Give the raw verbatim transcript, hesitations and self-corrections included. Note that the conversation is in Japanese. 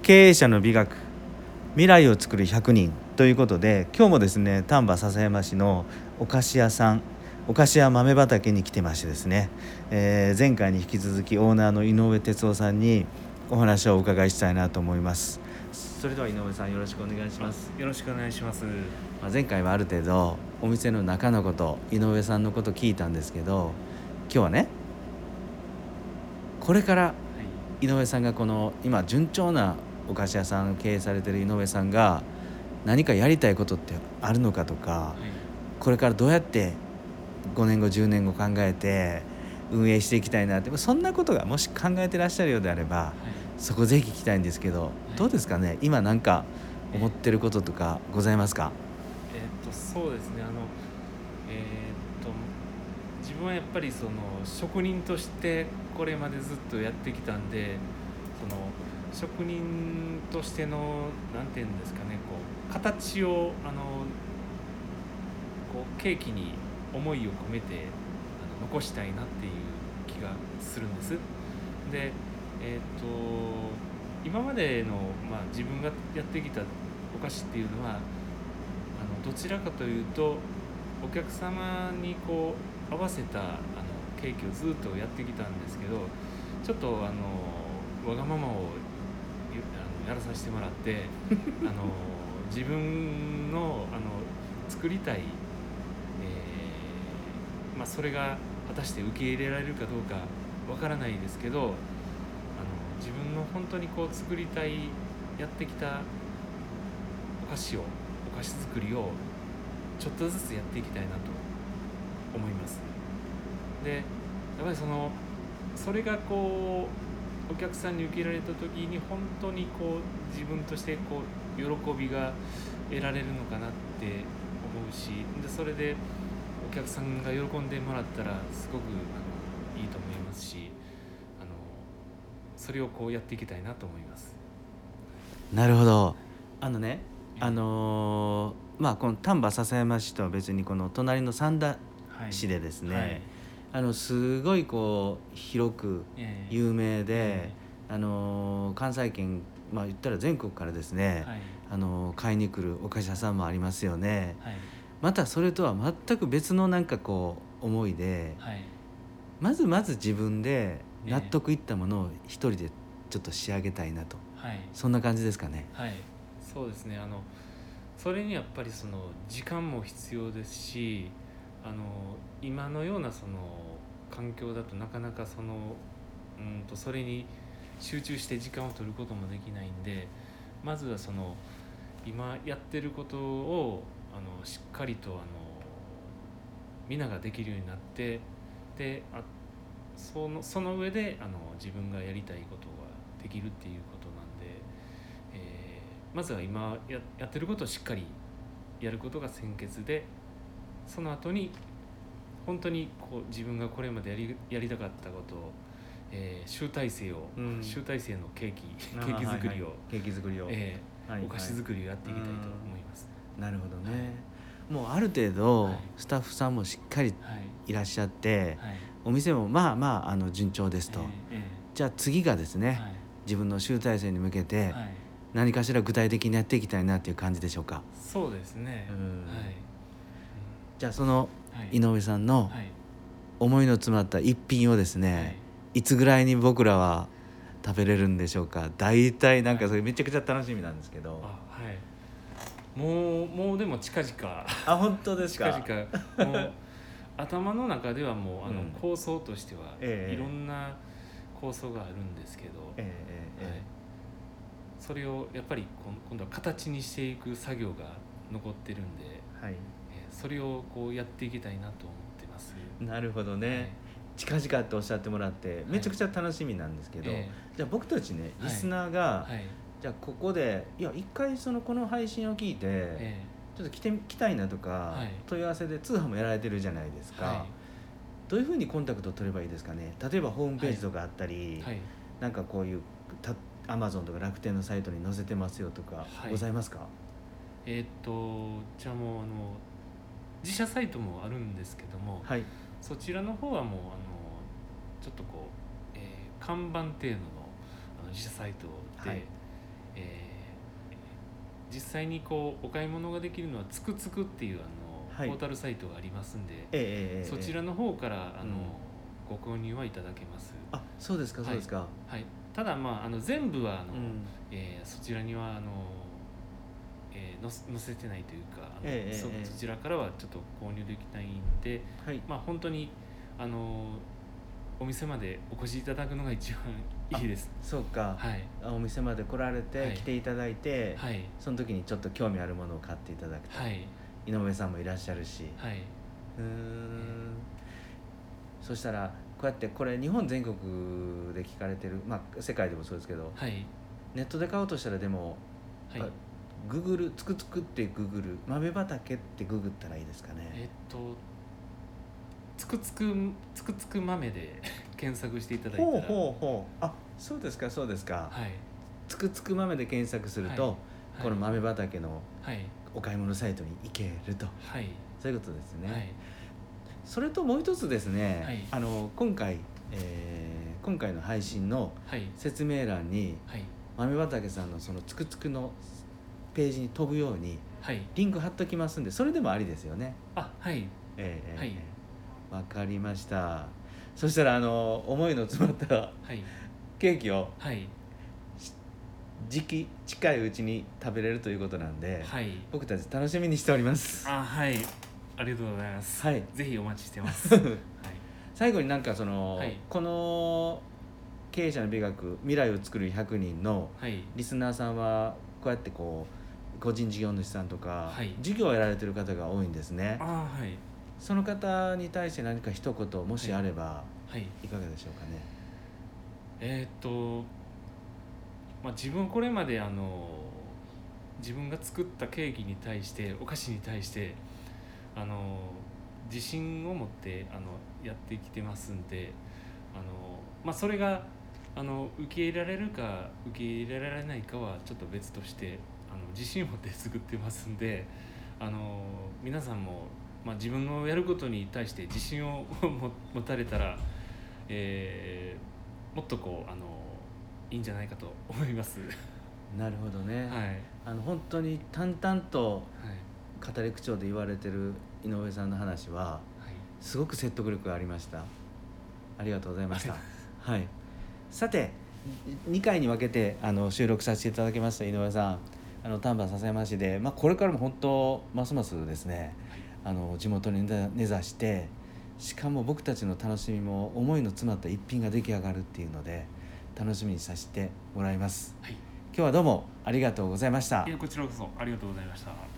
経営者の美学、未来を作るひゃくにんということで、今日もですね丹波篠山市のお菓子屋さん、お菓子屋豆畑に来てましてですね、えー前回に引き続きオーナーの井上哲夫さんにお話をお伺いしたいなと思います。それでは井上さん、よろしくお願いします。 よろしくお願いします。 まあ、前回はある程度お店の中のこと、井上さんのこと聞いたんですけど、今日はね、これからはい井上さんがこの今順調なお菓子屋さんを経営されている井上さんが何かやりたいことってあるのかとか、 はいこれからどうやってごねんごじゅうねんご考えて運営していきたいなって、そんなことがもし考えてらっしゃるようであれば、 はいそこぜひ聞きたいんですけど、 いどうですかね、今なんか思ってることとかございますか？ えーっとそうですね。あのえーっと自分はやっぱりその職人としてこれまでずっとやってきたんで、その職人としてのなんていうんですかね、こう形をあのこうケーキに思いを込めてあの残したいなっていう気がするんです。で、えーっと今までの、まあ、自分がやってきたお菓子っていうのは、あのどちらかというとお客様にこう合わせたあのケーキをずっとやってきたんですけど、ちょっとあのわがままをゆあのやらさせてもらってあの自分のあの作りたい、えーまあ、それが果たして受け入れられるかどうかわからないですけど、あの自分の本当にこう作りたいやってきたお菓子をお菓子作りをちょっとずつやっていきたいなと思います。で、やっぱりそのそれがこうお客さんに受け入れられた時に本当にこう自分としてこう喜びが得られるのかなって思うし、でそれでお客さんが喜んでもらったらすごくあのいいと思いますし、あのそれをこうやっていきたいなと思います。 なるほど。あのね、 ええあのーまあこの丹波篠山市とは別にこの隣の三田はい市でですね、 はいあのすごいこう広くええ有名で、 えあのー関西圏、まあ言ったら全国からですね、 はいあのー買いに来るお菓子屋さんもありますよね。 はいまたそれとは全く別のなんかこう思いで、 はいまずまず自分でええ納得いったものを一人でちょっと仕上げたいなと、 はいそんな感じですかね。 はい、そうですね。あのそれにやっぱりその時間も必要ですし、あの今のようなその環境だとなかなかそのうんとそれに集中して時間を取ることもできないんで、まずはその今やってることをあのしっかりとあの皆ができるようになって、であそのその上であの自分がやりたいことができるっていうことなんで、えーまずは今ややってることをしっかりやることが先決で、その後に本当にこう自分がこれまでやりやりたかったことを、えー集大成を、 うん集大成のケーキあーケーキ作りを、 はいはいケーキ作りを、 えーはいお菓子作りをやっていきたいと思います。 なるほどね、 はいもうある程度、 はいスタッフさんもしっかりはいいらっしゃって、 はいお店もまあまああの順調ですと、 えーえじゃあ次がですね、 ーはい自分の集大成に向けてはい何かしら具体的にやっていきたいなっていう感じでしょうか。 そうですね。 うんはいじゃあそのはい井上さんのはい思いの詰まった一品をですね、 はいい、つぐらいに僕らは食べれるんでしょうか。大体なんかそれめちゃくちゃ楽しみなんですけど、 あはいもうもうでも近々 あ本当です近か。 々もう頭の中ではもうあの、 うん構想としては、 ええいろんな構想があるんですけど、 ええええはい、それをやっぱりこん今度は形にしていく作業が残ってるんで、 はい、 えーそれをこうやっていきたいなと思ってます。 なるほどね、 はい近々っておっしゃってもらってめちゃくちゃ楽しみなんですけど、 えじゃあ僕たちねはいリスナーが、 はいじゃあここでいや一回そのこの配信を聞いて、 えちょっと来て来たいなとか、 はい問い合わせで通販もやられてるじゃないですか、 ーはどういうふうにコンタクトを取ればいいですかね。例えばホームページとかあったり、 いはいなんかこういうた Amazon とか楽天のサイトに載せてますよとか、 はいございますか。 えーっとじゃあもうあの自社サイトもあるんですけども、 はいそちらの方はもうあのちょっとこう、えー看板程度のあの自社サイトで、 はいええー実際にこうお買い物ができるのはつくつくっていうあの、はい、ポータルサイトがありますんで、 えー、 そちらの方からあの、うん、ご購入はいただけます。 あ、そうですか、そうですか。 はい、ただまああの全部はあの、うん、えー、そちらにはあの、えー、載せてないというか、あの、えー、そ, えー、そちらからはちょっと購入できないんで、はい、まあ本当にあのお店までお越しいただくのが一番いいです。 そうか、はい、お店まで来られて、はい、来ていただいて、はい、その時にちょっと興味あるものを買っていただくと、はい、井上さんもいらっしゃるし、はい、うーん、えー、そしたらこうやってこれ日本全国で聞かれてる、まあ世界でもそうですけど、はい、ネットで買おうとしたらでも、はい、グーグルつくつくってグーグル豆畑ってググったらいいですかね。 えっとつくつくつくつく豆で検索していただいたら、 ほうほうほう、あ、そうですかそうですか、はい、つくつく豆で検索すると、はい、この豆畑のお買い物サイトに行けると、はい、そういうことですね、はい、それともう一つですね、はい、あの今回、えー、今回の配信の説明欄に、はい、豆畑さんのそのつくつくのページに飛ぶように、はい、リンク貼っときますんで、それでもありですよね。 あ、はい、 えー、はい、わかりました。そしたらあの思いの詰まったケーキを、はい、時期近いうちに食べれるということなんで、はい、僕たち楽しみにしております。 あ、はい、ありがとうございます、はい、ぜひお待ちしてます、はい、 最後になんかその、はい、この経営者の美学未来を作るひゃくにんのリスナーさんはこうやってこう個人事業主さんとか、はい、事業をやられてる方が多いんですね。あ、はい、その方に対して何か一言もしあれば、はいはい、いかがでしょうかね。 えー、っと、まあ、自分これまであの自分が作ったケーキに対してお菓子に対してあの自信を持ってあのやってきてますんで、あの、まあ、それがあの受け入れられるか受け入れられないかはちょっと別としてあの自信を持って作ってますんで、あの皆さんもまあ、自分のやることに対して自信を持たれたら、えー、もっとこうあのいいんじゃないかと思います。 なるほどね、はい、あの本当に淡々と語り口調で言われてる井上さんの話は、はい、すごく説得力がありました。ありがとうございました、はい、さてにかいに分けてあの収録させていただきました。井上さん、あの丹波篠山市で、まあ、これからも本当ますますですね、はい、あの地元に根ざして、しかも僕たちの楽しみも思いの詰まった一品が出来上がるっていうので楽しみにさせてもらいます、はい、今日はどうもありがとうございました。 いや、こちらこそありがとうございました。